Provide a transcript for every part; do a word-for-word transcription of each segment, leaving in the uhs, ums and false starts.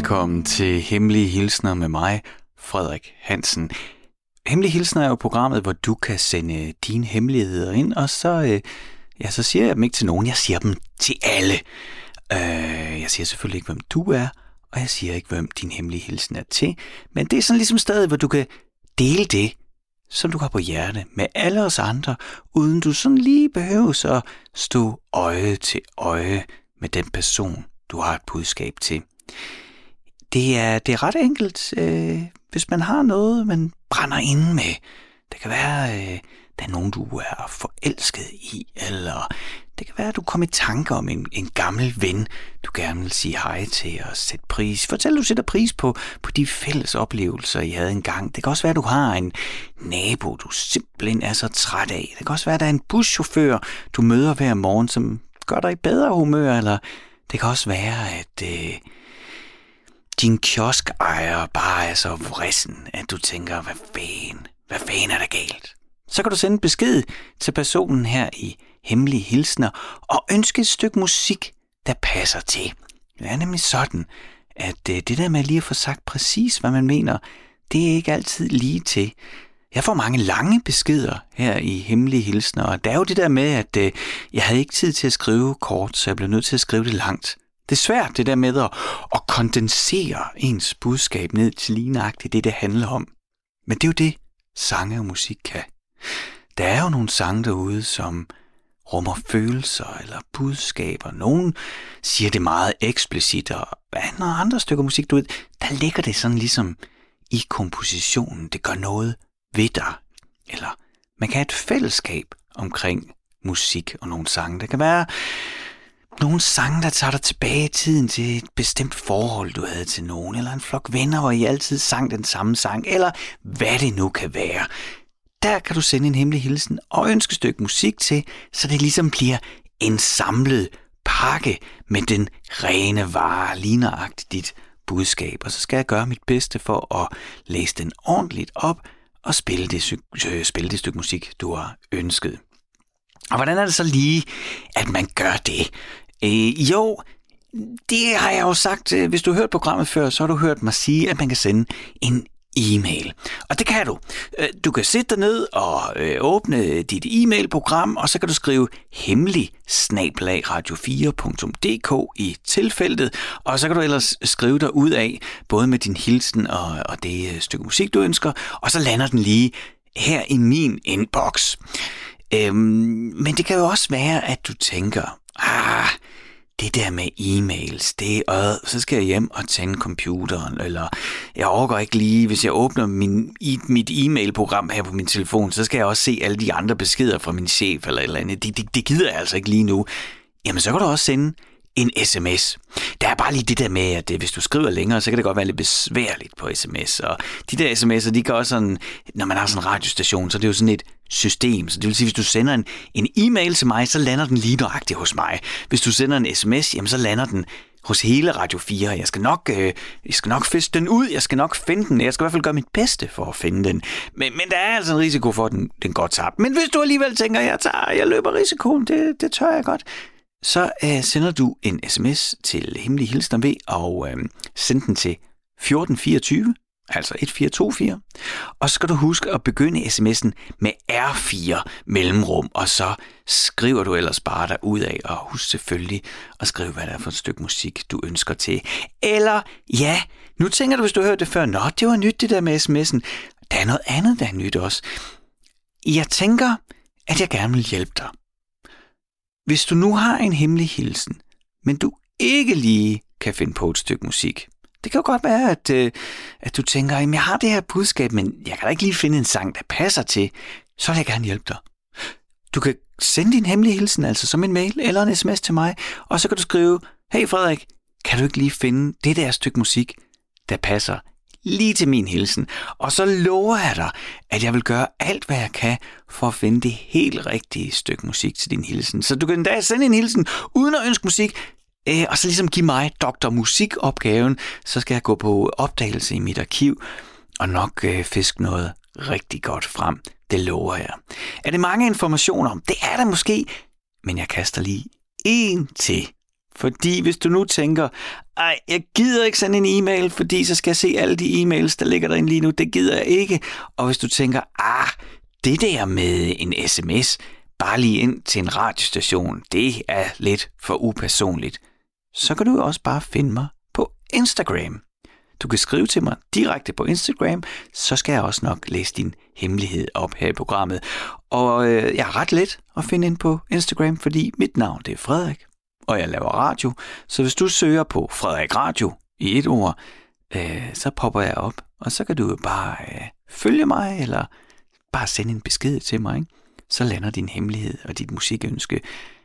velkommen til Hemmelige Hilsner med mig, Frederik Hansen. Hemmelige Hilsner er jo programmet, hvor du kan sende dine hemmeligheder ind, og så, øh, ja, så siger jeg dem ikke til nogen, jeg siger dem til alle. Øh, jeg siger selvfølgelig ikke, hvem du er, og jeg siger ikke, hvem din hemmelige hilsen er til, men det er sådan ligesom stedet, hvor du kan dele det, som du har på hjerte med alle os andre, uden du sådan lige behøver at stå øje til øje med den person, du har et budskab til. Det er, det er ret enkelt, øh, hvis man har noget, man brænder inde med. Det kan være, øh, der er nogen, du er forelsket i, eller det kan være, at du kommer i tanke om en, en gammel ven, du gerne vil sige hej til og sætte pris. Fortæl, at du sætter pris på, på de fælles oplevelser, I havde engang. Det kan også være, at du har en nabo, du simpelthen er så træt af. Det kan også være, at der er en buschauffør, du møder hver morgen, som gør dig i bedre humør, eller det kan også være, at øh, din kioskejer bare er så vrissen, at du tænker, hvad fanden, hvad fanden er der galt? Så kan du sende besked til personen her i Hemmelige Hilsner og ønske et stykke musik, der passer til. Det er nemlig sådan, at øh, det der med lige at få sagt præcis, hvad man mener, det er ikke altid lige til. Jeg får mange lange beskeder her i Hemmelige Hilsner, og det er jo det der med, at øh, jeg havde ikke tid til at skrive kort, så jeg blev nødt til at skrive det langt. Det er svært, det der med at, at kondensere ens budskab ned til lige nøjagtigt det, det handler om. Men det er jo det, sange og musik kan. Der er jo nogle sange derude, som rummer følelser eller budskaber. Nogen siger det meget eksplicit, og andre, andre stykker musik, du ved, der ligger det sådan ligesom i kompositionen. Det gør noget ved dig. Eller man kan have et fællesskab omkring musik og nogle sange. Der kan være nogle sange, der tager dig tilbage i tiden til et bestemt forhold, du havde til nogen, eller en flok venner, hvor I altid sang den samme sang, eller hvad det nu kan være. Der kan du sende en hemmelig hilsen og ønske et stykke musik til, så det ligesom bliver en samlet pakke med den rene vare, lige nøjagtigt dit budskab. Og så skal jeg gøre mit bedste for at læse den ordentligt op og spille det, sy- spille det stykke musik, du har ønsket. Og hvordan er det så lige, at man gør det? Øh, jo, det har jeg jo sagt. Hvis du har hørt programmet før, så har du hørt mig sige, at man kan sende en e-mail. Og det kan du. Du kan sætte dig ned og øh, åbne dit e-mailprogram, og så kan du skrive hemmelig snabel-a radio fire punktum d k i tilfældet, og så kan du ellers skrive dig ud af, både med din hilsen og, og det stykke musik, du ønsker, og så lander den lige her i min inbox. Øhm, men det kan jo også være, at du tænker, ah, det der med e-mails, det er, øh, så skal jeg hjem og tænde computeren, eller jeg overgår ikke lige, hvis jeg åbner min, i, mit e-mailprogram her på min telefon, så skal jeg også se alle de andre beskeder fra min chef, eller et eller andet. Det, det, det gider jeg altså ikke lige nu. Jamen, så kan du også sende en sms. Der er bare lige det der med, at hvis du skriver længere, så kan det godt være lidt besværligt på sms. Og de der sms'er, de kan også sådan, når man har sådan en radiostation, så er det jo sådan et system. Så det vil sige, hvis du sender en, en e-mail til mig, så lander den lige nøjagtigt hos mig. Hvis du sender en sms, jamen så lander den hos hele Radio fire. Jeg skal nok, øh, jeg skal nok fiske den ud, jeg skal nok finde den. Jeg skal i hvert fald gøre mit bedste for at finde den. Men, men der er altså en risiko for, at den, den går tabt. Men hvis du alligevel tænker, jeg tager, jeg løber risikoen, det, det tør jeg godt, så øh, sender du en sms til Hemmelig Hilsner ved og øh, send den til fjorten fireogtyve, altså et fire to fire. Og så skal du huske at begynde sms'en med R fire mellemrum, og så skriver du ellers bare der ud af, og husk selvfølgelig at skrive, hvad der er for et stykke musik, du ønsker til. Eller, ja, nu tænker du, hvis du hørte det før, nå, det var nyt det der med sms'en. Der er noget andet, der er nyt også. Jeg tænker, at jeg gerne vil hjælpe dig. Hvis du nu har en hemmelig hilsen, men du ikke lige kan finde på et stykke musik. Det kan jo godt være, at, øh, at du tænker, at jeg har det her budskab, men jeg kan da ikke lige finde en sang, der passer til. Så vil jeg gerne hjælpe dig. Du kan sende din hemmelige hilsen, altså som en mail eller en sms til mig, og så kan du skrive, hey Frederik, kan du ikke lige finde det der stykke musik, der passer lige til min hilsen? Og så lover jeg dig, at jeg vil gøre alt, hvad jeg kan for at finde det helt rigtige stykke musik til din hilsen. Så du kan endda sende en hilsen uden at ønske musik, øh, og så ligesom give mig doktor musik-opgaven, så skal jeg gå på opdagelse i mit arkiv og nok øh, fiske noget rigtig godt frem. Det lover jeg. Er det mange informationer om? Det er der måske, men jeg kaster lige en til. Fordi hvis du nu tænker, ej, jeg gider ikke sende en e-mail, fordi så skal jeg se alle de e-mails, der ligger derinde lige nu, det gider jeg ikke. Og hvis du tænker, ah, det der med en sms, bare lige ind til en radiostation, det er lidt for upersonligt, så kan du også bare finde mig på Instagram. Du kan skrive til mig direkte på Instagram, så skal jeg også nok læse din hemmelighed op her i programmet. Og øh, jeg er ret let at finde ind på Instagram, fordi mit navn det er Frederik, og jeg laver radio. Så hvis du søger på Frederik Radio i et ord, øh, så popper jeg op, og så kan du jo bare øh, følge mig, eller bare sende en besked til mig, ikke? Så lander din hemmelighed og dit musikønske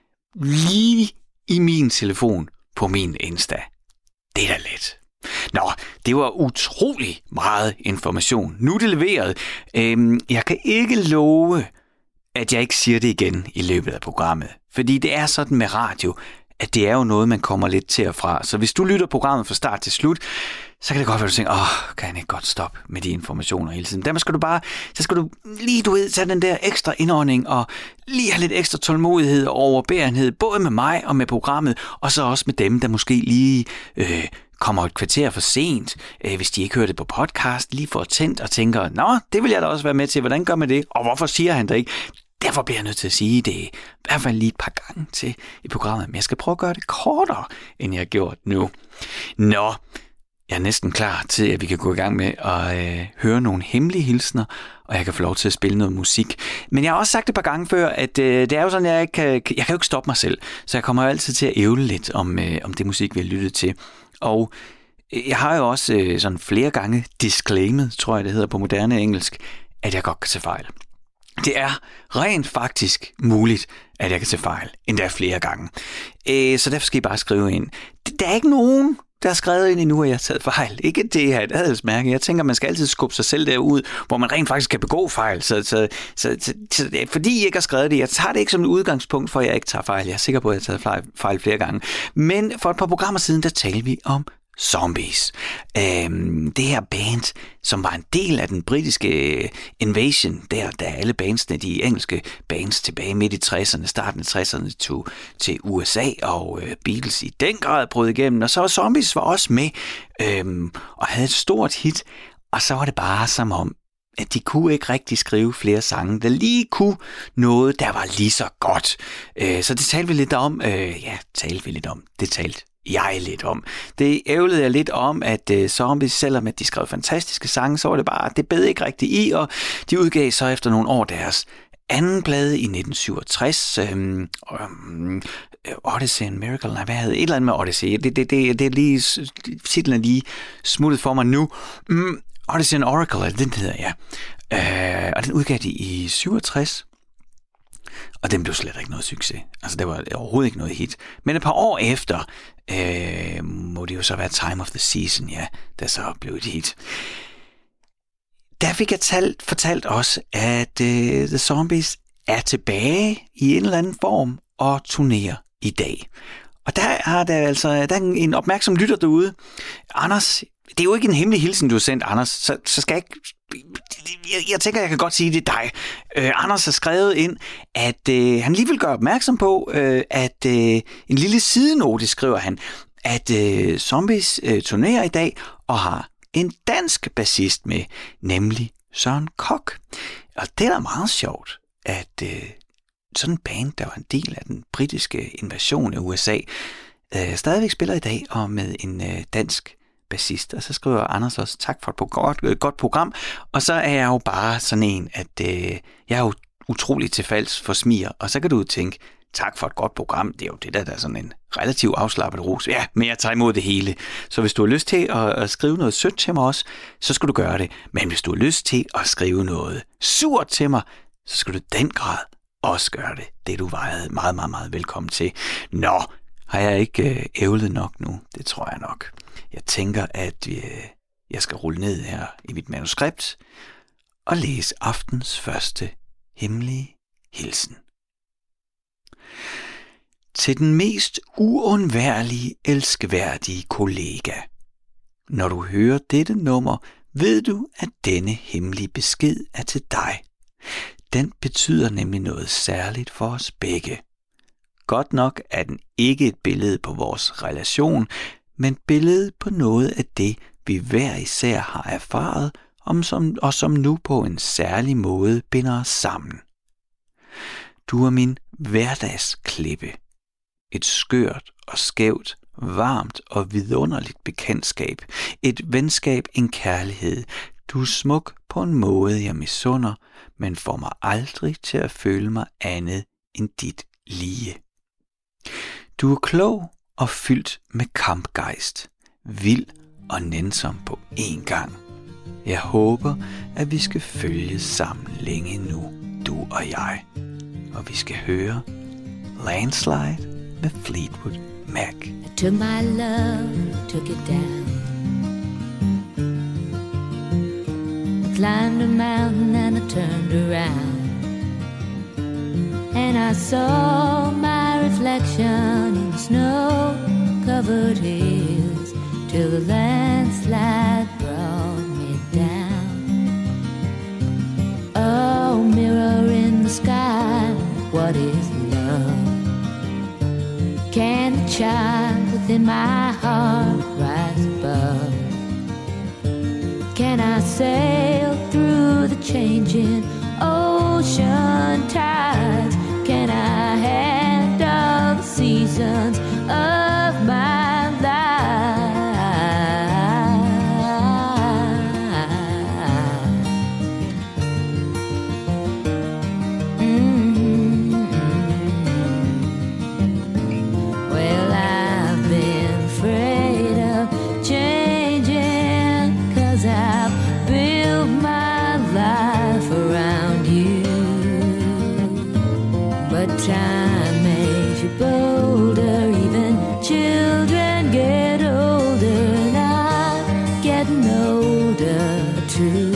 lige i min telefon på min Insta. Det er da let. Nå, det var utrolig meget information. Nu er det leveret. Øhm, jeg kan ikke love, at jeg ikke siger det igen i løbet af programmet. Fordi det er sådan med radio, at det er jo noget, man kommer lidt til og fra. Så hvis du lytter programmet fra start til slut, så kan det godt være, at du tænker, åh, kan jeg ikke godt stoppe med de informationer hele tiden. Dermed skal du bare, så skal du lige, du ved, tage den der ekstra indånding og lige have lidt ekstra tålmodighed og overbærenhed, både med mig og med programmet, og så også med dem, der måske lige øh, kommer et kvarter for sent, øh, hvis de ikke hører det på podcast, lige får tændt og tænker, nå, det vil jeg da også være med til, hvordan gør man det, og hvorfor siger han det ikke? Derfor bliver jeg nødt til at sige det i hvert fald lige et par gange til i programmet, men jeg skal prøve at gøre det kortere, end jeg har gjort nu. Nå, jeg er næsten klar til, at vi kan gå i gang med at øh, høre nogle hemmelige hilsner, og jeg kan få lov til at spille noget musik. Men jeg har også sagt et par gange før, at øh, det er jo sådan, at jeg, ikke, jeg kan jo ikke stoppe mig selv, så jeg kommer jo altid til at ævle lidt om, øh, om det musik, vi har lyttet til. Og jeg har jo også øh, sådan flere gange disclaimet, tror jeg det hedder på moderne engelsk, at jeg godt kan tage fejl. Det er rent faktisk muligt, at jeg kan tage fejl, endda flere gange. Øh, så derfor skal I bare skrive ind. Der er ikke nogen, der har skrevet ind endnu, at jeg har taget fejl. Ikke det her et adelsmærke. Jeg tænker, man skal altid skubbe sig selv derud, hvor man rent faktisk kan begå fejl. Så, så, så, så, så fordi I ikke har skrevet det, jeg tager det ikke som et udgangspunkt for, at jeg ikke tager fejl. Jeg er sikker på, at jeg har taget fejl flere gange. Men for et par programmer siden, der talte vi om Zombies. Øhm, det her band, som var en del af den britiske invasion, der da alle bandsene, de engelske bands tilbage midt i tresserne, starten af tresserne til, til U S A, og øh, Beatles i den grad brød igennem, og så var Zombies var også med, øhm, og havde et stort hit, og så var det bare som om, at de kunne ikke rigtig skrive flere sange, der lige kunne noget, der var lige så godt. Øh, så det talte vi lidt om, øh, ja, talte vi lidt om, det talte jeg lidt om. Det ævlede jeg lidt om, at uh, Zombies, selvom at de skrev fantastiske sange, så var det bare, det bed ikke rigtig i, og de udgav så efter nogle år deres anden plade i nitten syvogtres, um, um, Odyssey and Miracle, nej, hvad havde et eller andet med Odyssey? Det, det, det, det er lige, titlen er lige smuttet for mig nu. Um, Odyssey and Oracle, den hedder jeg. Ja. Uh, og den udgav de i syvogtres. Og den blev slet ikke noget succes. Altså, det var overhovedet ikke noget hit. Men et par år efter, øh, må det jo så være Time of the Season, ja, der så blev et hit. Der fik jeg talt, fortalt også, at øh, The Zombies er tilbage i en eller anden form og turnerer i dag. Og der er der altså der er en opmærksom lytter derude. Anders, det er jo ikke en hemmelig hilsen, du har sendt, Anders, så, så skal jeg ikke... Jeg, jeg tænker, jeg kan godt sige, det er dig. Øh, Anders har skrevet ind, at øh, han lige vil gøre opmærksom på, øh, at øh, en lille sidenote, skriver han, at øh, Zombies øh, turnerer i dag og har en dansk bassist med, nemlig Søren Kok. Og det er da meget sjovt, at øh, sådan en band, der var en del af den britiske invasion af U S A, øh, stadigvæk spiller i dag og med en øh, dansk bassist. Og så skriver Anders også, tak for et godt, godt program. Og så er jeg jo bare sådan en, at øh, jeg er jo utrolig tilfalds for smiger. Og så kan du tænke, tak for et godt program. Det er jo det der, der er sådan en relativt afslappet ros. Ja, men jeg tager imod det hele. Så hvis du har lyst til at, at skrive noget sødt til mig også, så skal du gøre det. Men hvis du har lyst til at skrive noget surt til mig, så skal du i den grad også gøre det. Det er du meget, meget, meget, meget velkommen til. Nå, har jeg ikke øh, ævlet nok nu? Det tror jeg nok. Jeg tænker, at øh, jeg skal rulle ned her i mit manuskript og læse aftens første hemmelige hilsen. Til den mest uundværlige, elskværdige kollega. Når du hører dette nummer, ved du, at denne hemmelige besked er til dig. Den betyder nemlig noget særligt for os begge. Godt nok er den ikke et billede på vores relation, men billede på noget af det, vi hver især har erfaret, om som, og som nu på en særlig måde binder os sammen. Du er min hverdagsklippe. Et skørt og skævt, varmt og vidunderligt bekendtskab. Et venskab, en kærlighed. Du er smuk på en måde, jeg misunder, men får mig aldrig til at føle mig andet end dit lige. Du er klog og fyldt med kampgejst. Vild og nænsom på én gang. Jeg håber, at vi skal følges sammen længe nu, du og jeg. Og vi skal høre Landslide med Fleetwood Mac. I took my love, took it down. I climbed a mountain and I turned around. And I saw my reflection in snow-covered hills till the landslide brought me down. Oh, mirror in the sky, what is love? Can the child within my heart rise above? Can I sail through the changing ocean tides? Can I handle the seasons of my life? Mm-hmm. Well, I've been afraid of changing, 'cause I've built my life around you. But time makes you bolder, even children get older, and I'm getting older too.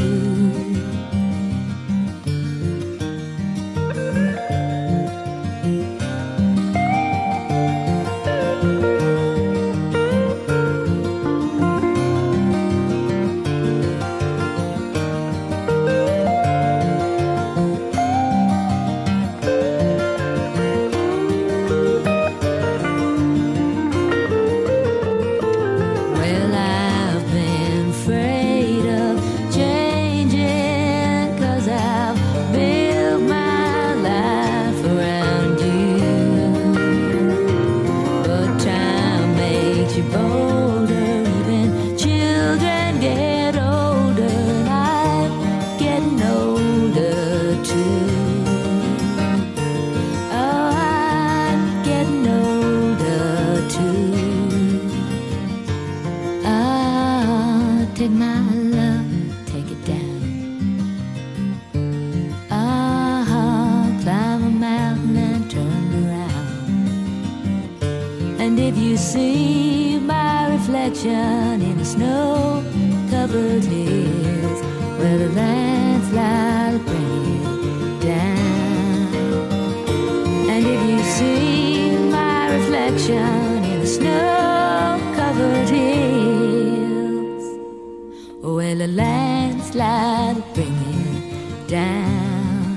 In the snow-covered hills, where the landslide bring it down. And if you see my reflection in the snow-covered hills, well, the landslide bring it down.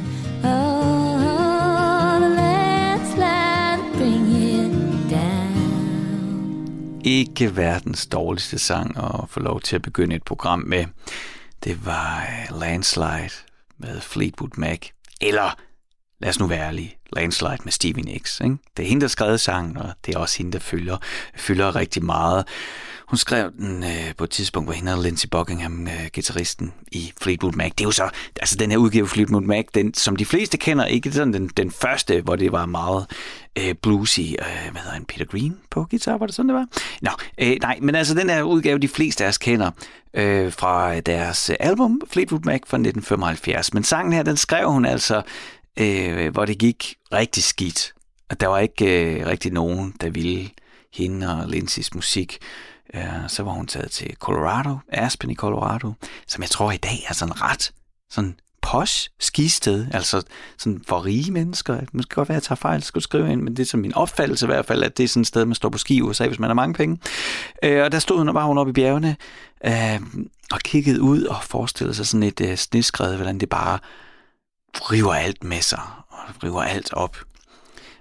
Oh, the landslide bring it down. Ikke verdens dårligste sang at få lov til at begynde et program med. Det var Landslide med Fleetwood Mac. Eller, lad os nu være ærlige, Landslide med Stevie Nicks. Ikke? Det er hende, der skrev sangen, og det er også hende, der fylder, fylder rigtig meget. Hun skrev den øh, på et tidspunkt, hvor hende og Lindsey Buckingham, øh, guitaristen i Fleetwood Mac. Det er jo så, altså den her udgave Fleetwood Mac, den, som de fleste kender, ikke sådan den, den første, hvor det var meget øh, bluesy. Øh, hvad hedder han, Peter Green på guitar, var det sådan, det var? Nå, øh, nej, men altså den her udgave, de fleste af os kender øh, fra deres album Fleetwood Mac fra nitten femoghalvfjerds. Men sangen her, den skrev hun altså, øh, hvor det gik rigtig skidt. Og der var ikke øh, rigtig nogen, der ville hende og Lindseys musik. Uh, så var hun taget til Colorado, Aspen i Colorado, som jeg tror i dag er sådan ret sådan posh skisted, altså sådan for rige mennesker. Det måske godt være, at jeg tager fejl, skulle skrive ind, men det er sådan min opfattelse i hvert fald, at det er sådan et sted, man står på ski i U S A, hvis man har mange penge. Uh, og der stod hun og var hun oppe i bjergene uh, og kiggede ud og forestillede sig sådan et uh, sneskred, hvordan det bare river alt med sig og river alt op.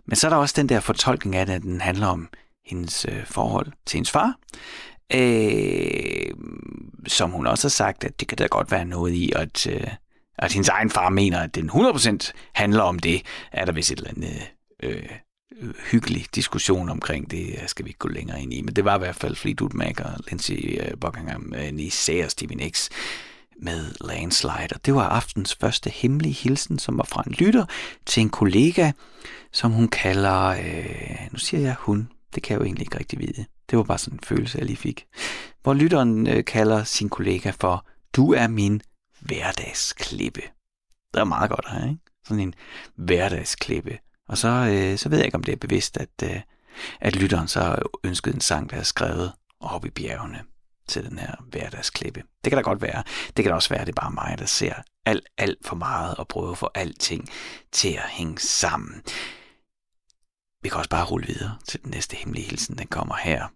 Men så er der også den der fortolkning af det, at den handler om hendes øh, forhold til hendes far. Øh, som hun også har sagt, at det kan da godt være noget i, at, øh, at hendes egen far mener, at den hundrede procent handler om det. Er der vist et eller andet øh, hyggelig diskussion omkring det, skal vi ikke gå længere ind i. Men det var i hvert fald Fleetwood Mac og Lindsey Buckingham, Niece Sayers, Stevie Nicks med Landslide. Og det var aftens første hemmelige hilsen, som var fra en lytter til en kollega, som hun kalder, øh, nu siger jeg hun, det kan jeg jo egentlig ikke rigtig vide. Det var bare sådan en følelse, jeg lige fik. Hvor lytteren øh, kalder sin kollega for, du er min hverdagsklippe. Det er meget godt her, ikke? Sådan en hverdagsklippe. Og så, øh, så ved jeg ikke, om det er bevidst, at, øh, at lytteren så ønskede en sang, der er skrevet op i bjergene til den her hverdagsklippe. Det kan da godt være. Det kan da også være, at det er bare mig, der ser alt, alt for meget og prøver at få alting til at hænge sammen. Vi kan også bare rulle videre til den næste hemmelige hilsen. Den kommer her.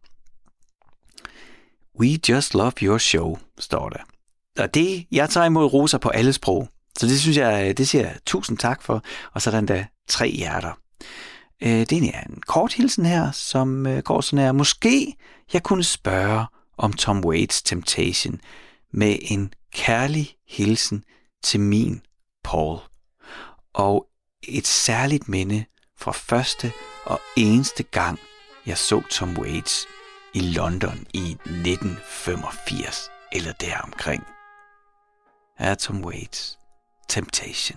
We just love your show, står der. Og det, jeg tager imod roser på alle sprog. Så det synes jeg, det siger jeg tusind tak for. Og så er der endda tre hjerter. Det er en kort hilsen her, som går sådan her. Måske jeg kunne spørge om Tom Waits Temptation med en kærlig hilsen til min Paul. Og et særligt minde fra første og eneste gang, jeg så Tom Waits i London i nitten femogfirs eller deromkring. Her er Tom Waits Temptation.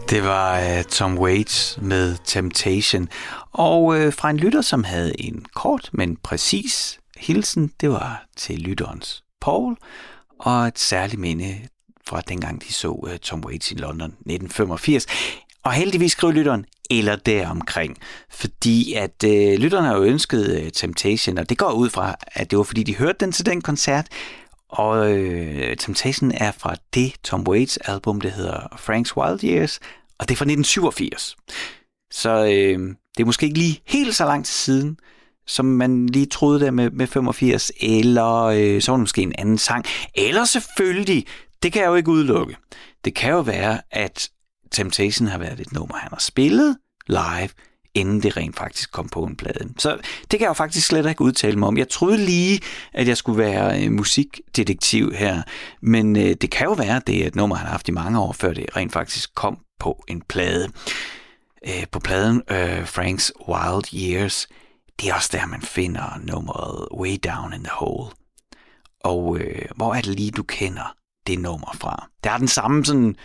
Det var uh, Tom Waits med Temptation. Og uh, fra en lytter, som havde en kort, men præcis hilsen, det var til lytterens Paul, og et særligt minde fra dengang de så uh, Tom Waits i London nitten femogfirs. Og heldigvis skrev lytteren eller deromkring, fordi at uh, lytterne har jo ønsket uh, Temptation, og det går ud fra, at det var fordi, de hørte den til den koncert. Og øh, Temptation er fra det Tom Waits album, det hedder Frank's Wild Years, og det er fra nitten syvogfirs. Så øh, det er måske ikke lige helt så lang tid siden, som man lige troede der med, med femogfirs, eller øh, så var det måske en anden sang. Eller selvfølgelig, det kan jeg jo ikke udelukke. Det kan jo være, at Temptation har været et nummer, han har spillet live, inden det rent faktisk kom på en plade. Så det kan jeg jo faktisk slet ikke udtale mig om. Jeg troede lige, at jeg skulle være øh, musikdetektiv her, men øh, det kan jo være, at det er et nummer, han har haft i mange år, før det rent faktisk kom på en plade. Øh, på pladen øh, Frank's Wild Years, det er også der, man finder nummeret Way Down in the Hole. Og øh, hvor er det lige, du kender det nummer fra? Der er den samme sådan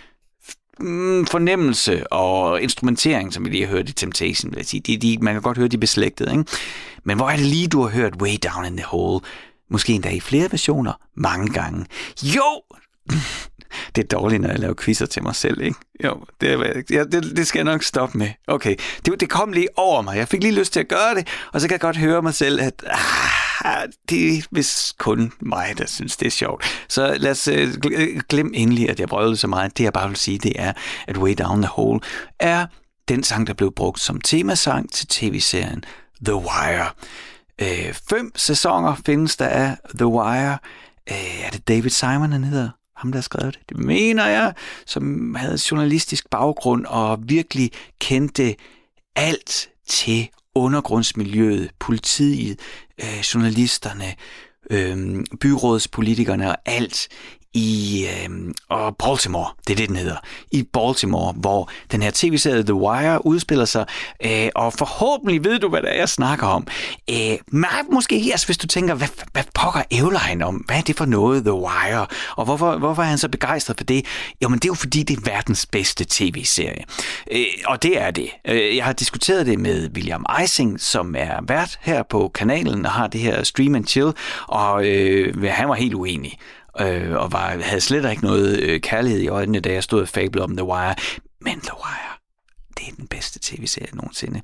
fornemmelse og instrumentering, som vi lige har hørt i Temptation, vil jeg sige. De, de, man kan godt høre, de er beslægtet, ikke? Men hvor er det lige, du har hørt Way Down in the Hole? Måske endda i flere versioner, mange gange. Jo! Det er dårligt, når jeg laver quizzer til mig selv, ikke? Jo, det, ja, det, det skal jeg nok stoppe med. Okay, det, det kom lige over mig. Jeg fik lige lyst til at gøre det, og så kan jeg godt høre mig selv, at ah, det er vist kun mig, der synes, det er sjovt. Så lad os uh, glemme endelig, at jeg brøvede så meget. Det jeg bare vil sige, det er, at Way Down the Hole er den sang, der blev brugt som temasang til tv-serien The Wire. Uh, fem sæsoner findes der af The Wire. Uh, er det David Simon, han hedder? Ham, der har skrevet det. Det mener jeg, som havde journalistisk baggrund og virkelig kendte alt til undergrundsmiljøet, politiet, øh, journalisterne, øh, byrådspolitikerne og alt i øh, og Baltimore, det er det, den hedder, i Baltimore, hvor den her tv-serie The Wire udspiller sig, øh, og forhåbentlig ved du, hvad det er, jeg snakker om. Øh, men måske, altså, hvis du tænker, hvad, hvad pokker ævler han om? Hvad er det for noget, The Wire? Og hvorfor, hvorfor er han så begejstret for det? Jo, men det er jo fordi, det er verdens bedste tv-serie. Øh, og det er det. Øh, jeg har diskuteret det med William Eising, som er vært her på kanalen og har det her Stream and Chill, og øh, han var helt uenig. Øh, og var, havde slet ikke noget øh, kærlighed i øjnene, da jeg stod og fablede om The Wire. Men The Wire, det er den bedste tv-serie nogensinde.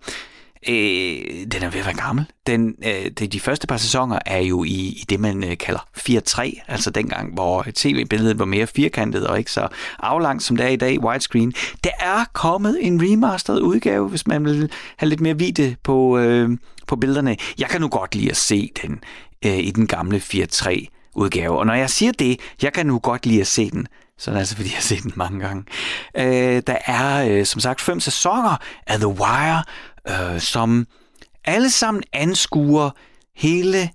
Øh, den er ved at være gammel. Den, øh, de, de første par sæsoner er jo i, i det, man øh, kalder fire tre, altså dengang, hvor tv-billedet var mere firkantet og ikke så aflangt, som det er i dag, widescreen. Der er kommet en remasteret udgave, hvis man vil have lidt mere vidde på, øh, på billederne. Jeg kan nu godt lide at se den øh, i den gamle fire tre udgave. Og når jeg siger det, jeg kan nu godt lide at se den, så er det altså, fordi jeg har set den mange gange. Øh, der er, øh, som sagt, fem sæsoner af The Wire, øh, som alle sammen anskuer hele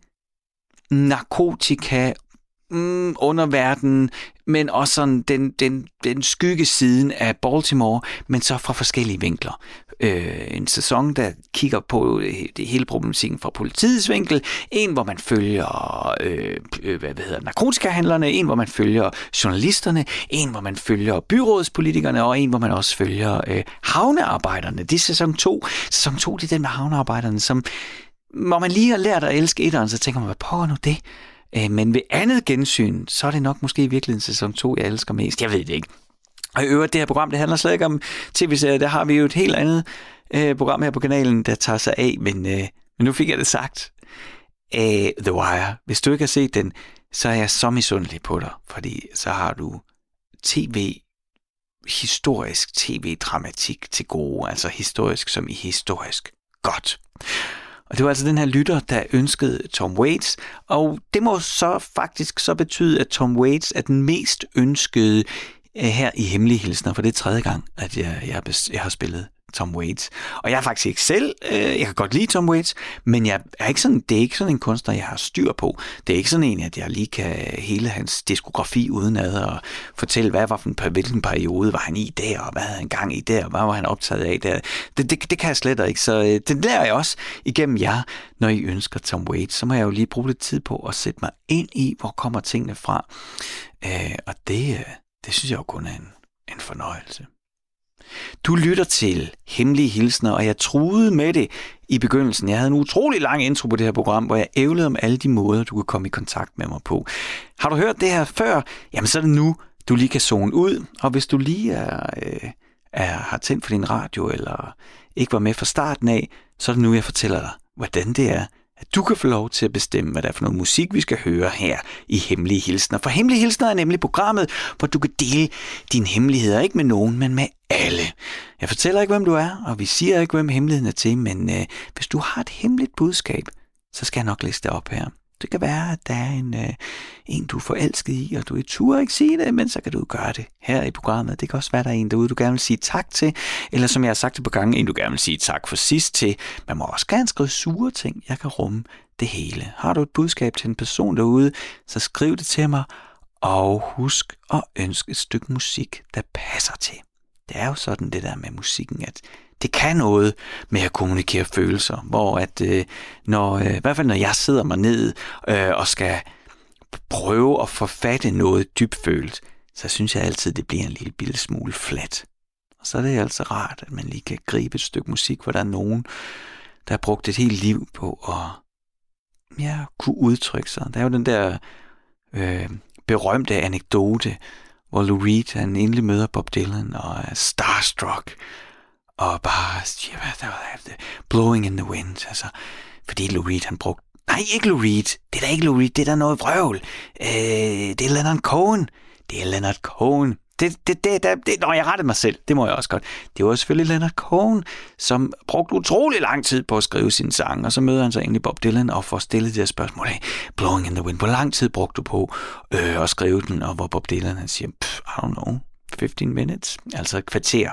narkotika, mm, underverdenen, men også sådan den, den, den skyggesiden af Baltimore, men så fra forskellige vinkler. Øh, en sæson, der kigger på det hele problematikken fra politiets vinkel, en, hvor man følger øh, hvad hedder, narkotikahandlerne, en, hvor man følger journalisterne, en, hvor man følger byrådspolitikerne, og en, hvor man også følger øh, havnearbejderne. Det er sæson to. Sæson to, det er den med havnearbejderne, som, hvor man lige har lært at elske etteren, så tænker man, hvad på nu det? Øh, men ved andet gensyn, så er det nok måske i virkeligheden sæson to, jeg elsker mest. Jeg ved det ikke. Og i øvrigt, det her program, det handler slet ikke om tv-serier. Der har vi jo et helt andet øh, program her på kanalen, der tager sig af, men, øh, men nu fik jeg det sagt. Æh, The Wire. Hvis du ikke har set den, så er jeg så misundelig på dig, fordi så har du tv, historisk tv-dramatik til gode, altså historisk som i historisk godt. Og det var altså den her lytter, der ønskede Tom Waits, og det må så faktisk så betyde, at Tom Waits er den mest ønskede her i Hemmelige Hilsner, for det er tredje gang, at jeg, jeg, jeg har spillet Tom Waits. Og jeg er faktisk ikke selv, øh, jeg kan godt lide Tom Waits, men jeg er ikke sådan, det er ikke sådan en kunstner, jeg har styr på. Det er ikke sådan en, at jeg lige kan hele hans diskografi udenad og fortælle, hvad var for en, hvilken periode var han i der, og hvad havde han gang i der, og hvad var han optaget af der. Det, det, det kan jeg slet ikke, så øh, det lærer jeg også igennem jer, når I ønsker Tom Waits. Så må jeg jo lige bruge lidt tid på at sætte mig ind i, hvor kommer tingene fra. Øh, og det, det synes jeg jo kun er en, en fornøjelse. Du lytter til Hemmelige Hilsner, og jeg truede med det i begyndelsen. Jeg havde en utrolig lang intro på det her program, hvor jeg ævlede om alle de måder, du kan komme i kontakt med mig på. Har du hørt det her før? Jamen så er det nu, du lige kan zone ud. Og hvis du lige er, øh, er, har tændt for din radio, eller ikke var med fra starten af, så er det nu, jeg fortæller dig, hvordan det er, at du kan få lov til at bestemme, hvad det er for noget musik, vi skal høre her i Hemmelige Hilsner. For Hemmelige Hilsner er nemlig programmet, hvor du kan dele dine hemmeligheder, ikke med nogen, men med alle. Jeg fortæller ikke, hvem du er, og vi siger ikke, hvem hemmeligheden er til, men øh, hvis du har et hemmeligt budskab, så skal jeg nok læse det op her. Det kan være, at der er en, øh, en du er forelsket i, og du er tur ikke sige det, men så kan du gøre det her i programmet. Det kan også være, at der er en derude, du gerne vil sige tak til, eller som jeg har sagt det på gange, en du gerne vil sige tak for sidst til. Man må også gerne skrive sure ting. Jeg kan rumme det hele. Har du et budskab til en person derude, så skriv det til mig, og husk at ønske et stykke musik, der passer til. Det er jo sådan det der med musikken, at det kan noget med at kommunikere følelser, hvor at øh, når, øh, i hvert fald når jeg sidder mig ned øh, og skal prøve at forfatte noget dybfølt, så synes jeg altid, det bliver en lille bitte smule flat. Og så er det altså rart, at man lige kan gribe et stykke musik, hvor der er nogen, der har brugt et helt liv på at ja, kunne udtrykke sig. Der er jo den der øh, berømte anekdote, hvor Lou Reed han endelig møder Bob Dylan og er starstruck, og bare siger, hvad der var det? Blowing in the wind, altså, fordi Lou Reed han brugte, nej, ikke Lou Reed, det er da ikke Lou Reed, det er da noget vrøvl, øh, det er Leonard Cohen, det er Leonard Cohen, det, det, det, det, det, når jeg rettede mig selv, det må jeg også godt, det var selvfølgelig Leonard Cohen, som brugte utrolig lang tid på at skrive sin sang, og så møder han så egentlig Bob Dylan og får stillet det her spørgsmål, hey, Blowing in the wind, hvor lang tid brugte du på øh, at skrive den, og hvor Bob Dylan han siger, I don't know, femten minutes, altså et kvarter.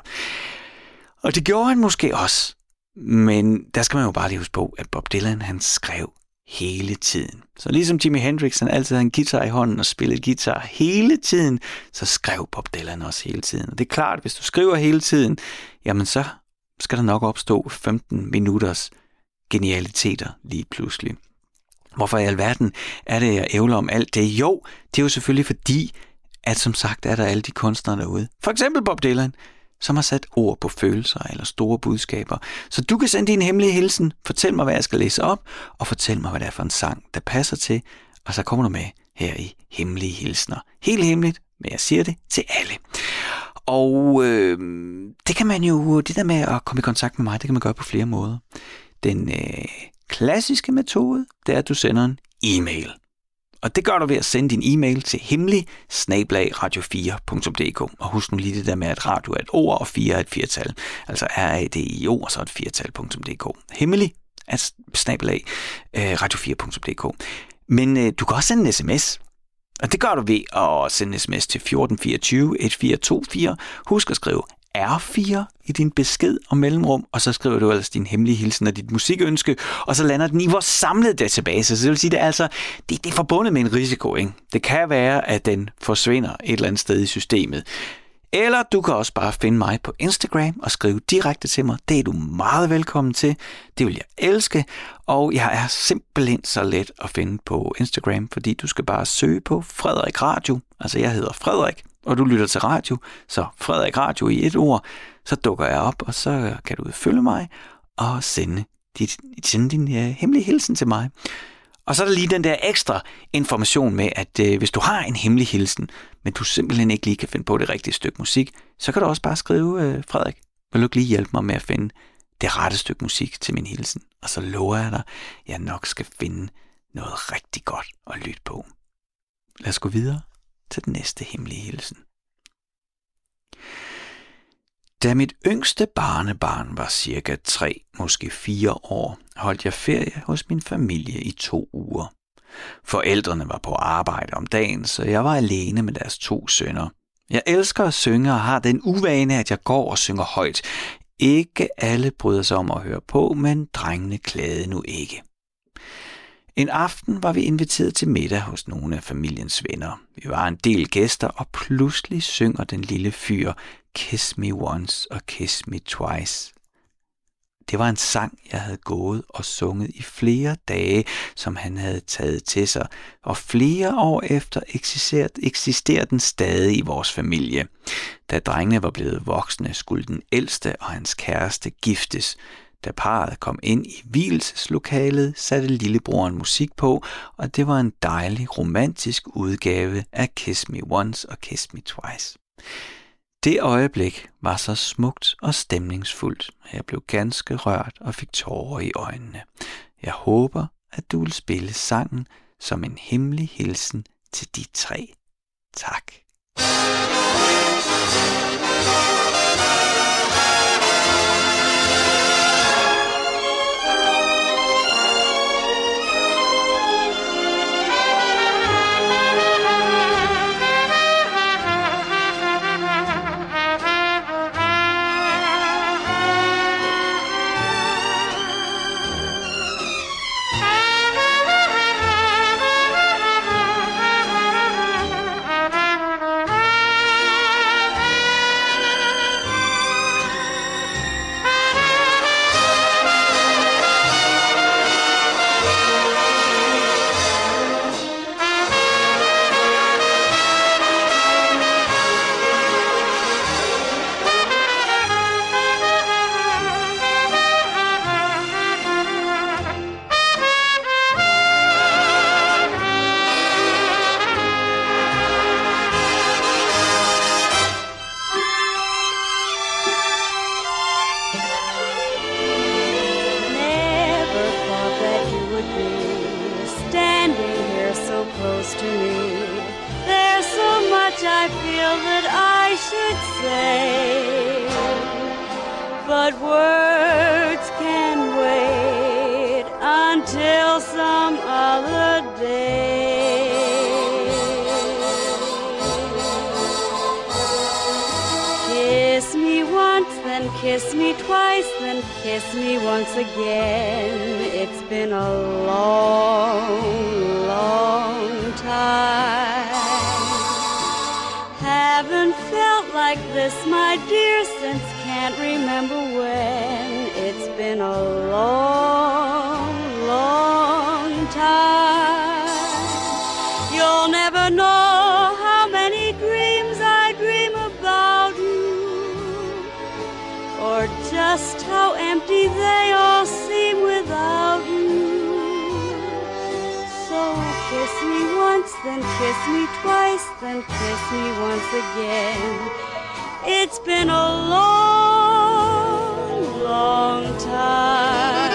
Og det gjorde han måske også, men der skal man jo bare lige huske på, at Bob Dylan han skrev hele tiden. Så ligesom Jimi Hendrix han altid havde en guitar i hånden og spillede guitar hele tiden, så skrev Bob Dylan også hele tiden. Og det er klart, at hvis du skriver hele tiden, jamen så skal der nok opstå femten minutters genialiteter lige pludselig. Hvorfor i alverden er det, jeg ævler om alt det? Jo, det er jo selvfølgelig fordi, at som sagt er der alle de kunstnere derude. For eksempel Bob Dylan, som har sat ord på følelser eller store budskaber. Så du kan sende din hemmelige hilsen, fortæl mig, hvad jeg skal læse op, og fortæl mig, hvad det er for en sang, der passer til, og så kommer du med her i Hemmelige Hilsner. Helt hemmeligt, men jeg siger det til alle. Og øh, det kan man jo, det der med at komme i kontakt med mig, det kan man gøre på flere måder. Den øh, klassiske metode, det er, at du sender en e-mail. Og det gør du ved at sende din e-mail til hemmelig snabel-a radio fire punktum d k. Og husk nu lige det der med, at radio er et ord, og fire er et firtal. Altså R A D I O, og så et firtal punktum d k. Hemmelig snabel-a radio fire punktum d k. Men øh, du kan også sende en sms. Og det gør du ved at sende en sms til fjorten fireogtyve et fire to fire. Husk at skrive R fire i din besked og mellemrum, og så skriver du altså din hemmelige hilsen og dit musikønske, og så lander den i vores samlede database. Så det vil sige, det er altså det, det er forbundet med en risiko, ikke? Det kan være, at den forsvinder et eller andet sted i systemet. Eller du kan også bare finde mig på Instagram og skrive direkte til mig. Det er du meget velkommen til. Det vil jeg elske. Og jeg er simpelthen så let at finde på Instagram, fordi du skal bare søge på Frederik Radio. Altså jeg hedder Frederik, og du lytter til radio. Så Frederik Radio i et ord. Så dukker jeg op, og så kan du følge mig og sende, dit, sende din uh, hemmelige hilsen til mig. Og så er der lige den der ekstra information med, at øh, hvis du har en hemmelig hilsen, men du simpelthen ikke lige kan finde på det rigtige stykke musik, så kan du også bare skrive, øh, Frederik, vil du ikke lige hjælpe mig med at finde det rette stykke musik til min hilsen? Og så lover jeg dig, at jeg nok skal finde noget rigtig godt at lytte på. Lad os gå videre til den næste hemmelige hilsen. Da mit yngste barnebarn var cirka tre, måske fire år, holdt jeg ferie hos min familie i to uger. Forældrene var på arbejde om dagen, så jeg var alene med deres to sønner. Jeg elsker at synge og har den uvane, at jeg går og synger højt. Ikke alle bryder sig om at høre på, men drengene klagede nu ikke. En aften var vi inviteret til middag hos nogle af familiens venner. Vi var en del gæster, og pludselig synger den lille fyr Kiss Me Once og Kiss Me Twice. Det var en sang, jeg havde gået og sunget i flere dage, som han havde taget til sig, og flere år efter eksisterede, eksisterer den stadig i vores familie. Da drengene var blevet voksne, skulle den ældste og hans kæreste giftes. Da parret kom ind i vielseslokalet, satte lillebroren musik på, og det var en dejlig romantisk udgave af Kiss Me Once og Kiss Me Twice. Det øjeblik var så smukt og stemningsfuldt, at jeg blev ganske rørt og fik tårer i øjnene. Jeg håber, at du vil spille sangen som en hemmelig hilsen til de tre. Tak. But words can wait until some other day. Kiss me once, then kiss me twice, then kiss me once again. It's been a long, long time. Haven't felt like this, my dear, since can't remember when. It's been a long, long time. You'll never know how many dreams I dream about you, or just how empty they all seem without you. So kiss me once, then kiss me twice, then kiss me once again. It's been a long, long time.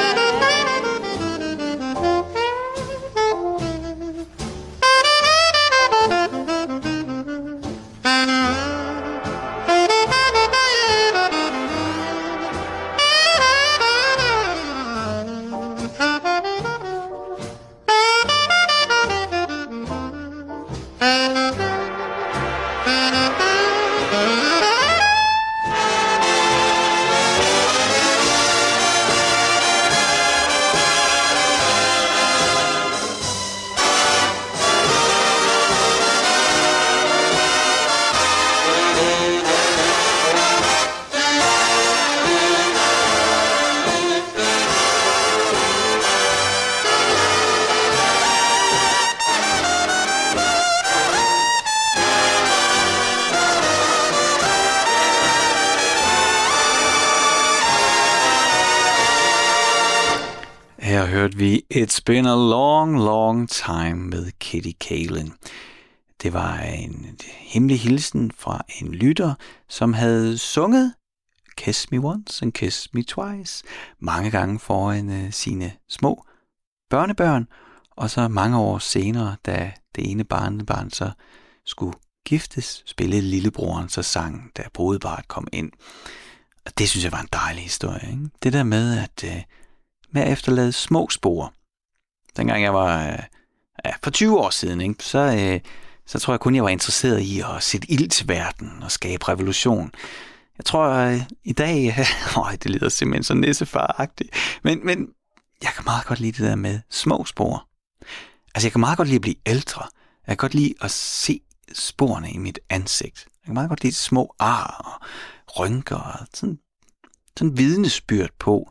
Her hørte vi It's Been a Long, Long Time med Kitty Kalin. Det var en hemmelig hilsen fra en lytter, som havde sunget Kiss Me Once and Kiss Me Twice mange gange foran uh, sine små børnebørn, og så mange år senere, da det ene barnebarn så skulle giftes, spillede lillebroren så sang, da brudeparret kom ind. Og det synes jeg var en dejlig historie, ikke? Det der med at uh, med at efterlade små spor. Dengang jeg var uh, ja, for tyve år siden, ikke? Så, uh, så tror jeg kun, jeg var interesseret i at sætte ild til verden og skabe revolution. Jeg tror uh, i dag, uh, det lyder simpelthen så nissefar-agtigt, men, men jeg kan meget godt lide det der med små spor. Altså jeg kan meget godt lide at blive ældre. Jeg kan godt lide at se sporene i mit ansigt. Jeg kan meget godt lide små ar og rynker og sådan, sådan vidnesbyrd på,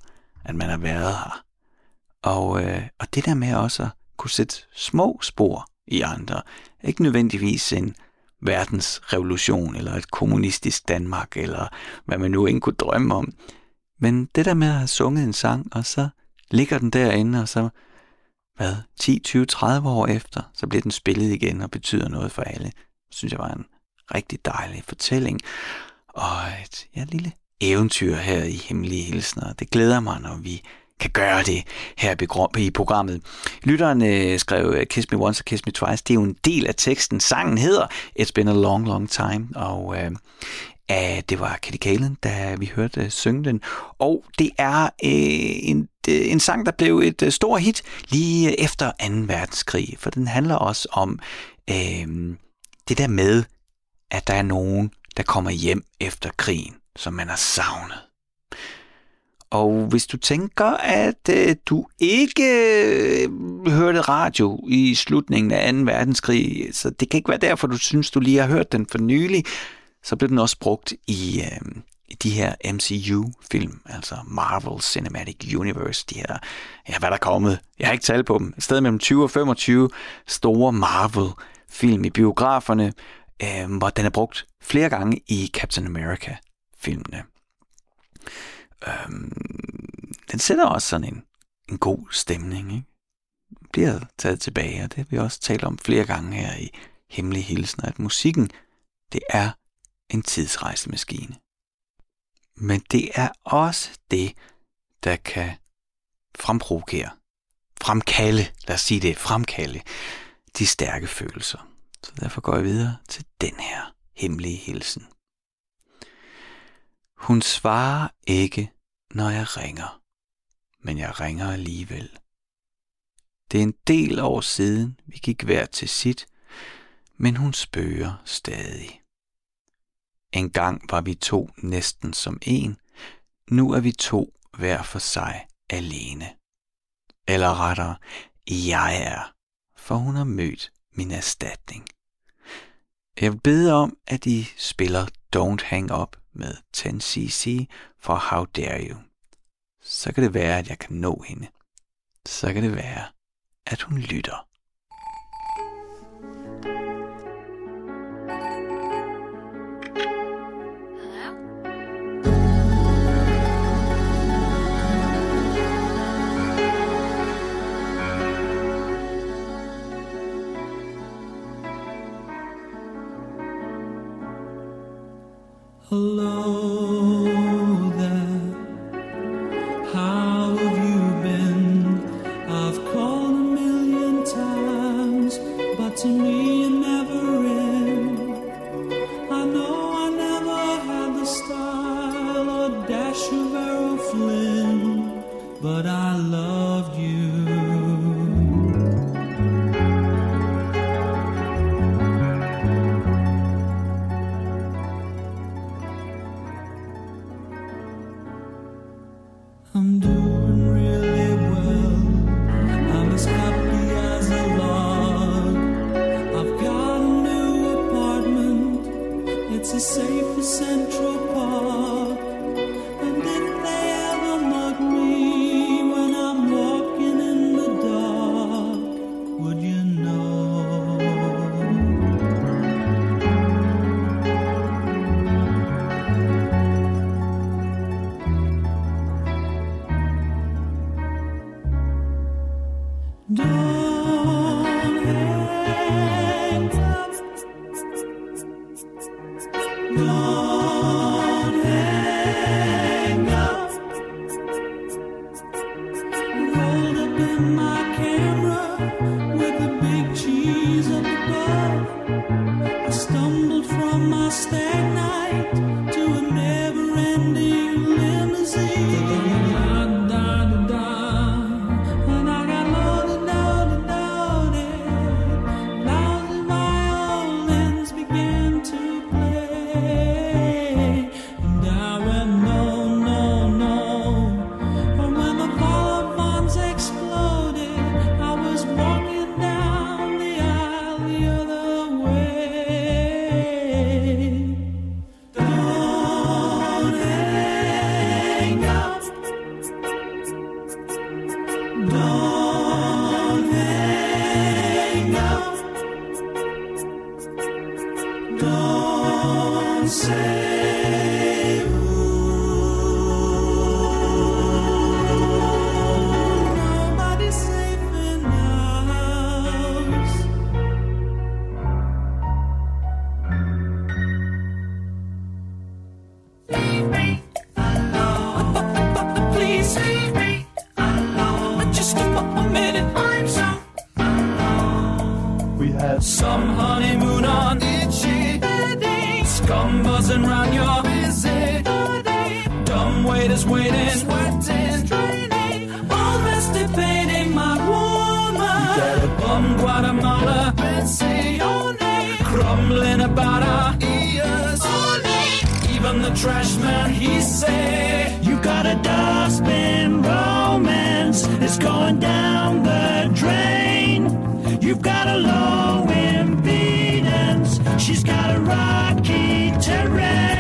at man har været her. Og, øh, og det der med også at kunne sætte små spor i andre, ikke nødvendigvis en verdensrevolution eller et kommunistisk Danmark, eller hvad man nu ikke kunne drømme om. Men det der med at have sunget en sang, og så ligger den derinde, og så hvad, ti, tyve, tredive år efter, så bliver den spillet igen og betyder noget for alle. Synes jeg var en rigtig dejlig fortælling. Og et ja, lille eventyr her i Hemmelige Hilsner. Det glæder mig, når vi kan gøre det her i programmet. Lytteren øh, skrev Kiss Me Once og Kiss Me Twice. Det er jo en del af teksten. Sangen hedder It's Been a Long, Long Time. Og øh, øh, det var Kitty Kallen, da vi hørte øh, synge den. Og det er øh, en, øh, en sang, der blev et øh, stort hit lige efter anden verdenskrig. For den handler også om øh, det der med, at der er nogen, der kommer hjem efter krigen, som man har savnet. Og hvis du tænker, at øh, du ikke øh, hørte radio i slutningen af anden verdenskrig, så det kan ikke være derfor, du synes, du lige har hørt den for nylig, så blev den også brugt i, øh, i de her M C U-film, altså Marvel Cinematic Universe, de her, ja, hvad der er kommet. Jeg har ikke talt på dem. Et sted mellem tyve og femogtyve store Marvel-film i biograferne, øh, hvor den er brugt flere gange i Captain America-filmene. Øhm, den sætter også sådan en, en god stemning, ikke? Bliver taget tilbage, og det har vi også talt om flere gange her i Hemmelige Hilsner, at musikken, det er en tidsrejsemaskine. Men det er også det, der kan fremprovokere, fremkalde, lad os sige det, fremkalde de stærke følelser. Så derfor går jeg videre til den her hemmelige hilsen. Hun svarer ikke, når jeg ringer, men jeg ringer alligevel. Det er en del år siden, vi gik hver til sit, men hun spøger stadig. En gang var vi to næsten som en, nu er vi to hver for sig alene. Eller rettere, jeg er, for hun har mødt min erstatning. Jeg vil bede om, at I spiller Don't Hang Up med ti cc for How Dare You. Så kan det være, at jeg kan nå hende. Så kan det være, at hun lytter. Hello there, how have you been? I've called a million times, but to me you're never in. I know I never had the style or dash of Errol Flynn, but I loved you. I'm doing really well. I'm as happy as a log. I've got a new apartment. It's as safe as Central Park. And if they ever mug me when I'm walking in the dark, would you know? Don't hang up. Don't hang up. Rolled up in my camera with the big cheese up above. I stumbled from my stag night to a never-ending limousine. Don't hang up. please leave me alone. Just for a minute, I'm so alone. We had some honeymoon on itchy bedding, scum buzzing round your busy body, dumb waiters waiting, sweating, draining, all rest debating my woman. You got a bum Guatemala, pensione, crumbling about our ears. Even the trash man, he said, you got a dustbin romance, it's going down the drain. You've got a low impedance, she's got a rocky terrain.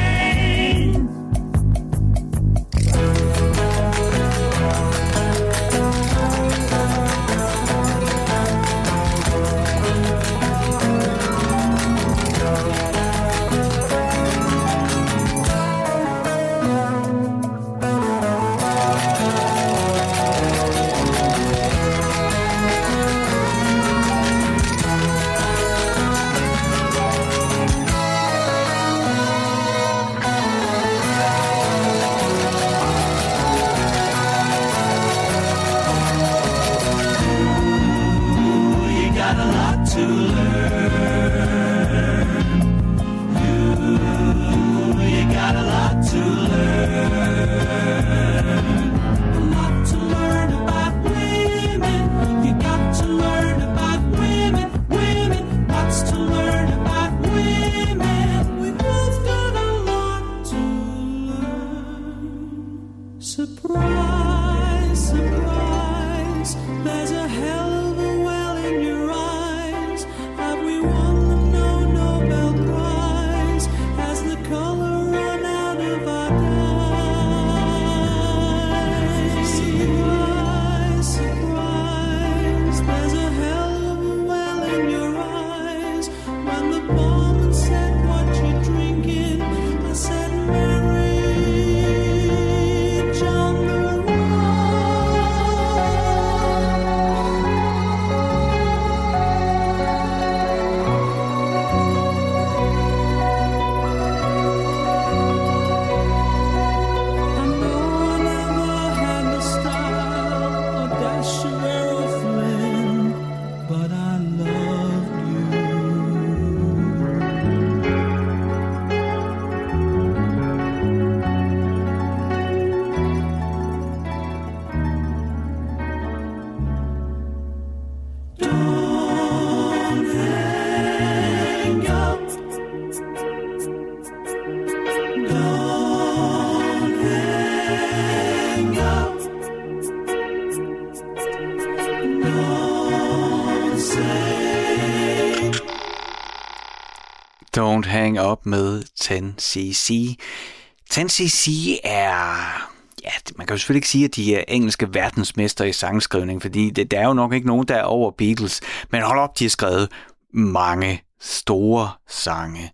Don't Hang Up med ten C C. ten C C er... Ja, man kan jo selvfølgelig ikke sige, at de er engelske verdensmester i sangskrivning, fordi det, der er jo nok ikke nogen, der er over Beatles. Men hold op, de har skrevet mange store sange.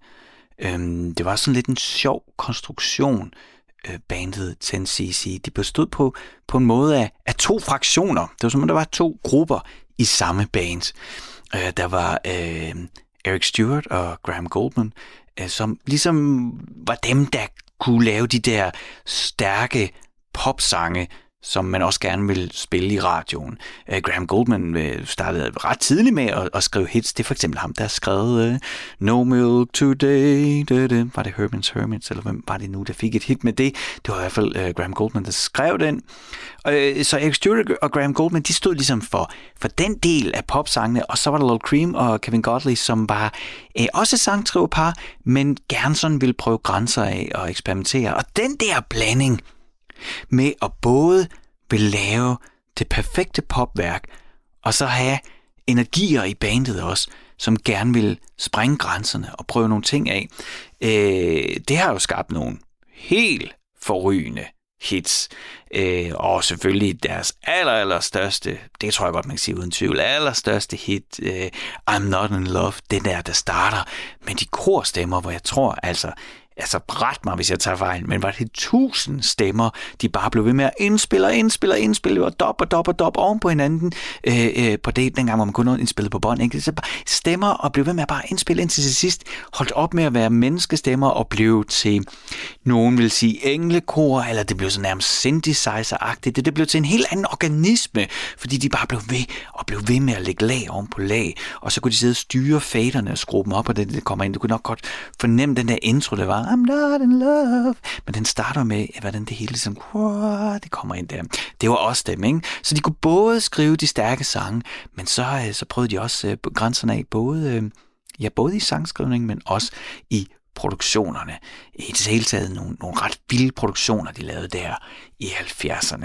Øhm, det var sådan lidt en sjov konstruktion, øh, bandet ten C C. De bestod på, på en måde af, af to fraktioner. Det var som om, der var to grupper i samme band. Øh, der var... Øh, Eric Stewart og Graham Gouldman, som ligesom var dem, der kunne lave de der stærke popsange, som man også gerne vil spille i radioen. Graham Gouldman startede ret tidligt med at, at skrive hits. Det er for eksempel ham, der har skrevet uh, No Milk Today. Da, da. Var det Herman's Hermits, eller hvem var det nu, der fik et hit med det? Det var i hvert fald uh, Graham Gouldman, der skrev den. Uh, så Eric Stewart og Graham Gouldman, de stod ligesom for, for den del af popsangene, og så var der Lol Cream og Kevin Godley, som var uh, også sangskriverpar, men gerne sådan ville prøve grænser af og eksperimentere. Og den der blanding med at både vil lave det perfekte popværk, og så have energier i bandet også, som gerne vil sprænge grænserne og prøve nogle ting af. Øh, det har jo skabt nogle helt forrygende hits. Øh, og selvfølgelig deres aller, aller største, det tror jeg godt, man kan sige uden tvivl, allerstørste hit, øh, I'm Not In Love, den der, der starter med de korstemmer, hvor jeg tror altså, altså ret mig, hvis jeg tager fejl, men var det tusind stemmer, de bare blev ved med at indspille og indspille og indspille, og dop og dop og dop oven på hinanden, øh, øh, på det, dengang, hvor man kun indspillede på bånd, ikke? Så bare stemmer og blev ved med at bare indspille indtil til sidst, holdt op med at være menneskestemmer og blev til, nogen vil sige englekor, eller det blev så nærmest synthesizer-agtigt, det, det blev til en helt anden organisme, fordi de bare blev ved og blev ved med at lægge lag oven på lag, og så kunne de sidde og styre faderne og skrue dem op, og det, det kommer ind. Du kunne nok godt fornemme den der intro, der var, I'm not in love, men den starter med, hvordan det hele ligesom, det kommer ind der. Det var også dem, ikke? Så de kunne både skrive de stærke sange, men så, så prøvede de også grænserne af, både, ja, både i sangskrivning, men også i produktionerne. I det hele taget nogle, nogle ret vilde produktioner, de lavede der i halvfjerdserne.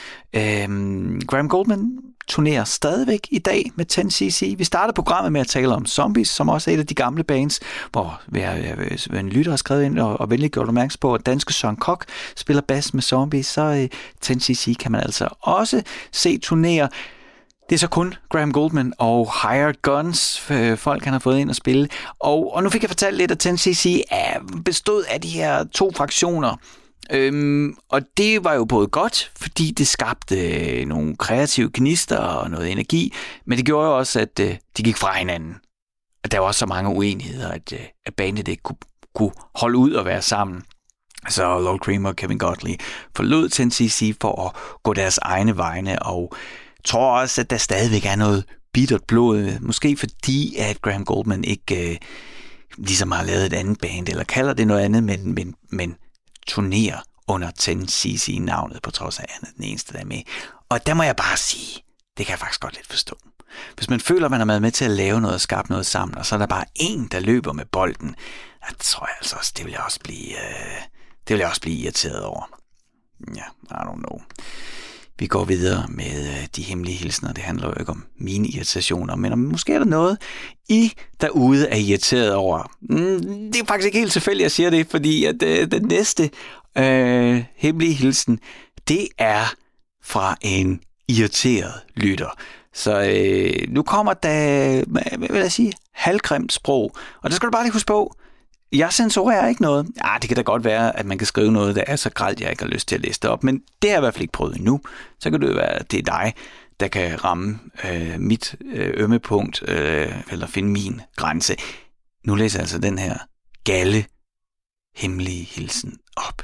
Øhm, Graham Gouldman turnerer stadigvæk i dag med ti C C. Vi startede programmet med at tale om Zombies, som også er et af de gamle bands, hvor en lytter har skrevet ind og, og venligt gjort opmærksom på, at danske Søren Kok spiller bas med Zombies, så øh, ti C C kan man altså også se turnere. Det er så kun Graham Gouldman og Hired Guns, øh, folk han har fået ind at spille. Og, og nu fik jeg fortalt lidt, at ti C C er bestod af de her to fraktioner. Øhm, og det var jo både godt, fordi det skabte øh, nogle kreative gnister og noget energi, men det gjorde jo også, at øh, de gik fra hinanden. Og der var også så mange uenigheder, at, øh, at bandet ikke kunne, kunne holde ud og være sammen. Så Lol Cream og Kevin Godley forlod ti C C for at gå deres egne vegne, og tror også, at der stadigvæk er noget bittert blod, måske fordi, at Graham Gouldman ikke øh, ligesom har lavet et andet band, eller kalder det noget andet, men, men, men turnerer under ti C C-navnet, på trods af andet, den eneste, der er med. Og der må jeg bare sige, det kan jeg faktisk godt lidt forstå. Hvis man føler, at man har været med til at lave noget og skabe noget sammen, og så er der bare en, der løber med bolden, så tror jeg altså også, det vil jeg også blive, øh, det vil jeg også blive irriteret over. Ja, I don't know. Vi går videre med øh, de hemmelige hilsner. Det handler jo ikke om mine irritationer, men om, måske er der noget, I derude er irriteret over. Mm, det er faktisk ikke helt tilfældigt, at jeg siger det, fordi at øh, den næste øh, hemmelige hilsen, det er fra en irriteret lytter. Så øh, nu kommer der, hvad vil jeg sige, halvgrimt sprog. Og det skal du bare lige huske på. Jeg censurerer ikke noget. Ja, det kan da godt være, at man kan skrive noget, der er så grelt, jeg ikke har lyst til at læse det op. Men det har jeg i hvert fald ikke prøvet endnu. Så kan det jo være, at det er dig, der kan ramme øh, mit øh, ømmepunkt, øh, eller finde min grænse. Nu læser jeg altså den her galle hemmelige hilsen op.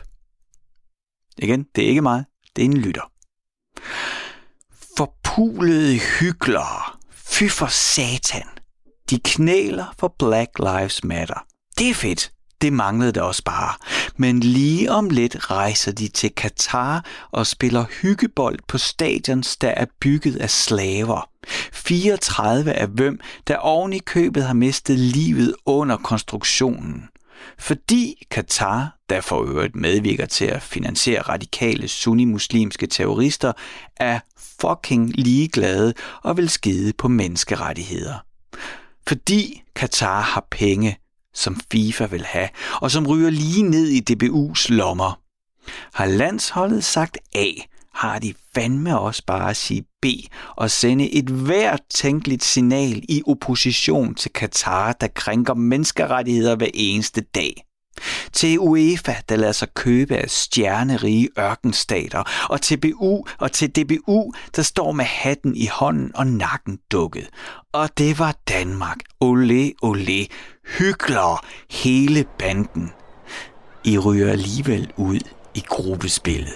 Igen, det er ikke mig. Det er en lytter. Forpulede hyklere. Fy for satan. De knæler for Black Lives Matter. Det er fedt. Det manglede det også bare. Men lige om lidt rejser de til Katar og spiller hyggebold på stadions, der er bygget af slaver. fireogtredive af hvem, der oven i købet har mistet livet under konstruktionen. Fordi Katar, der for øvrigt medvirker til at finansiere radikale sunni-muslimske terrorister, er fucking ligeglade og vil skide på menneskerettigheder. Fordi Katar har penge, som FIFA vil have, og som ryger lige ned i D B U's lommer. Har landsholdet sagt A, har de fandme også bare at sige B og sende et hvert tænkeligt signal i opposition til Katar, der krænker menneskerettigheder hver eneste dag. Til UEFA, der lader sig købe af stjernerige ørkenstater, og til B U og til D B U, der står med hatten i hånden og nakken dukket. Og det var Danmark. Olé, olé. Hyklere hele banden. I ryger alligevel ud i gruppespillet.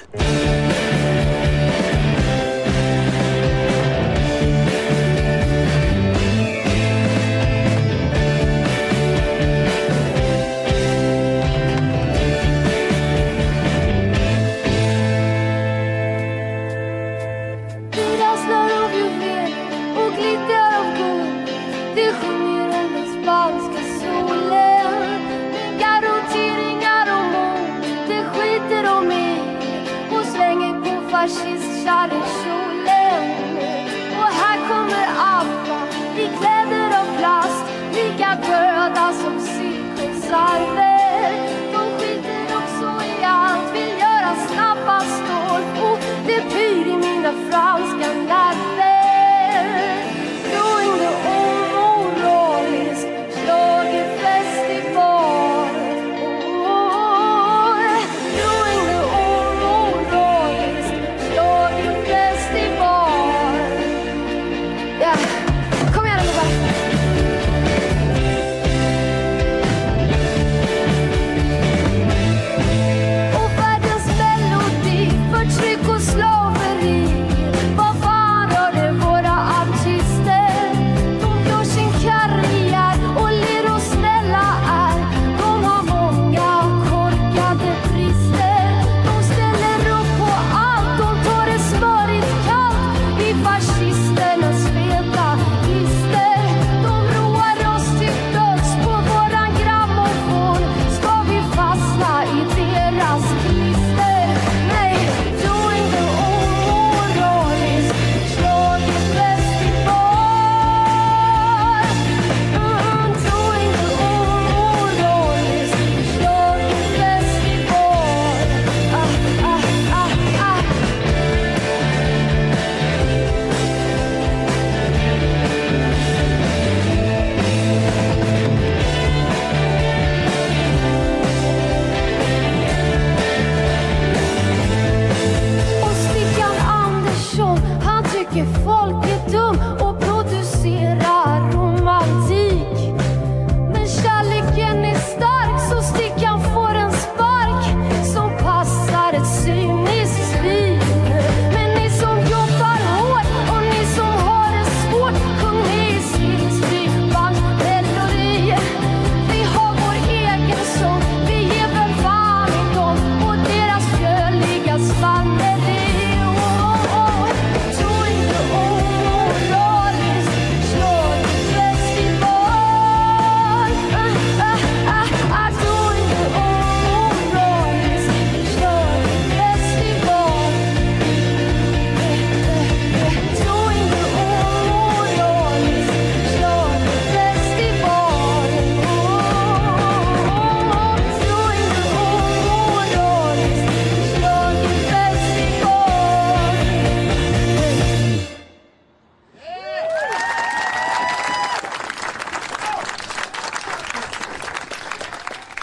Fascistkärr i kjolen. Och här kommer alla i kläder av plast, lika döda som cirkusarver. De skiter också i allt, vill göra snabba stål, och det pyr i mina franska nerver. Doing the omoralisk schlagerfestival. Oh, oh, oh.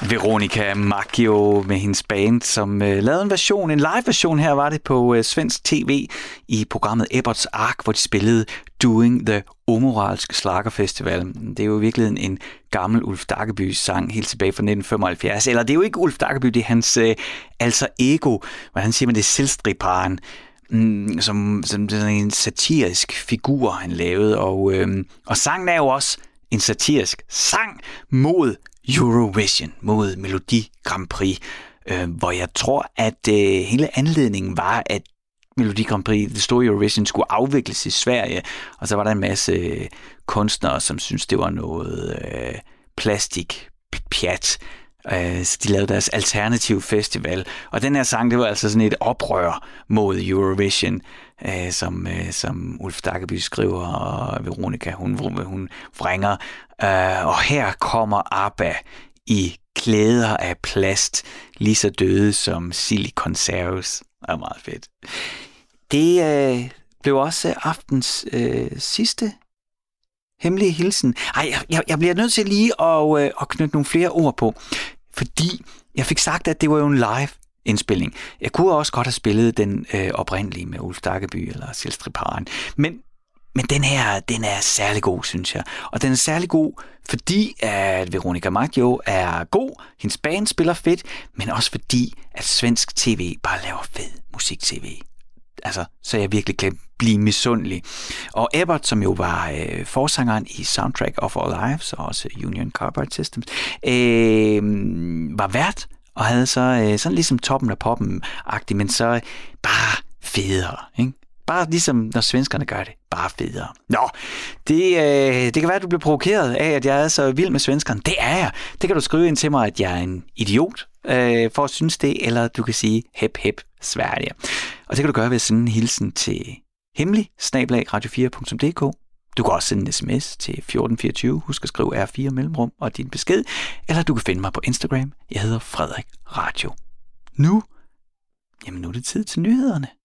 Veronica Maggio med hendes band, som øh, lavede en version, en live-version her var det på øh, svensk tv i programmet Ebberts Ark, hvor de spillede Doing the Omoralsk Schlagerfestival. Det er jo i virkeligheden en gammel Ulf Daggeby sang helt tilbage fra nitten femoghalvfjerds. Eller det er jo ikke Ulf Daggeby, det er hans øh, altså ego, hvad han siger med det selvstriparen, mm, som, som sådan en satirisk figur, han lavede. Og, øh, og sangen er jo også en satirisk sang mod Eurovision, mod Melodi Grand Prix, øh, hvor jeg tror, at øh, hele anledningen var, at Melodi Grand Prix, det store Eurovision, skulle afvikles i Sverige, og så var der en masse øh, kunstnere, som syntes, det var noget øh, plastik-pjat, øh, så de lavede deres alternative festival, og den her sang, det var altså sådan et oprør mod Eurovision, øh, som, øh, som Ulf Daggeby skriver, og Veronica, hun, hun vrænger, øh, og her kommer ABBA i klæder af plast, lige så døde som silicon serves. Det er meget fedt. Det øh, blev også aftens øh, sidste hemmelige hilsen. Ej, jeg, jeg bliver nødt til lige at, øh, at knytte nogle flere ord på, fordi jeg fik sagt, at det var jo en live indspilning. Jeg kunne også godt have spillet den øh, oprindelige med Ulf Daggeby eller Selvstriparen, men Men den her, den er særlig god, synes jeg. Og den er særlig god, fordi at Veronica Maggio er god, hendes band spiller fedt, men også fordi, at svensk tv bare laver fed musik-tv. Altså, så jeg virkelig kan blive misundelig. Og Ebbert, som jo var øh, forsangeren i Soundtrack of Our Lives, og også Union Carbide Systems, øh, var vært, og havde så øh, sådan ligesom Toppen af Poppen-agtigt, men så bare federe, ikke? Bare ligesom når svenskerne gør det, bare federe. Nå, det, øh, det kan være, at du bliver provokeret af, at jeg er så vild med svenskerne. Det er jeg. Det kan du skrive ind til mig, at jeg er en idiot øh, for at synes det, eller du kan sige hep hep Sverige. Og det kan du gøre ved at sende en hilsen til hemmelig snabel-a radio fire punktum d k. Du kan også sende en sms til fjorten fireogtyve. Husk at skrive R fire mellemrum og din besked. Eller du kan finde mig på Instagram. Jeg hedder Frederik Radio. Nu, jamen nu er det tid til nyhederne.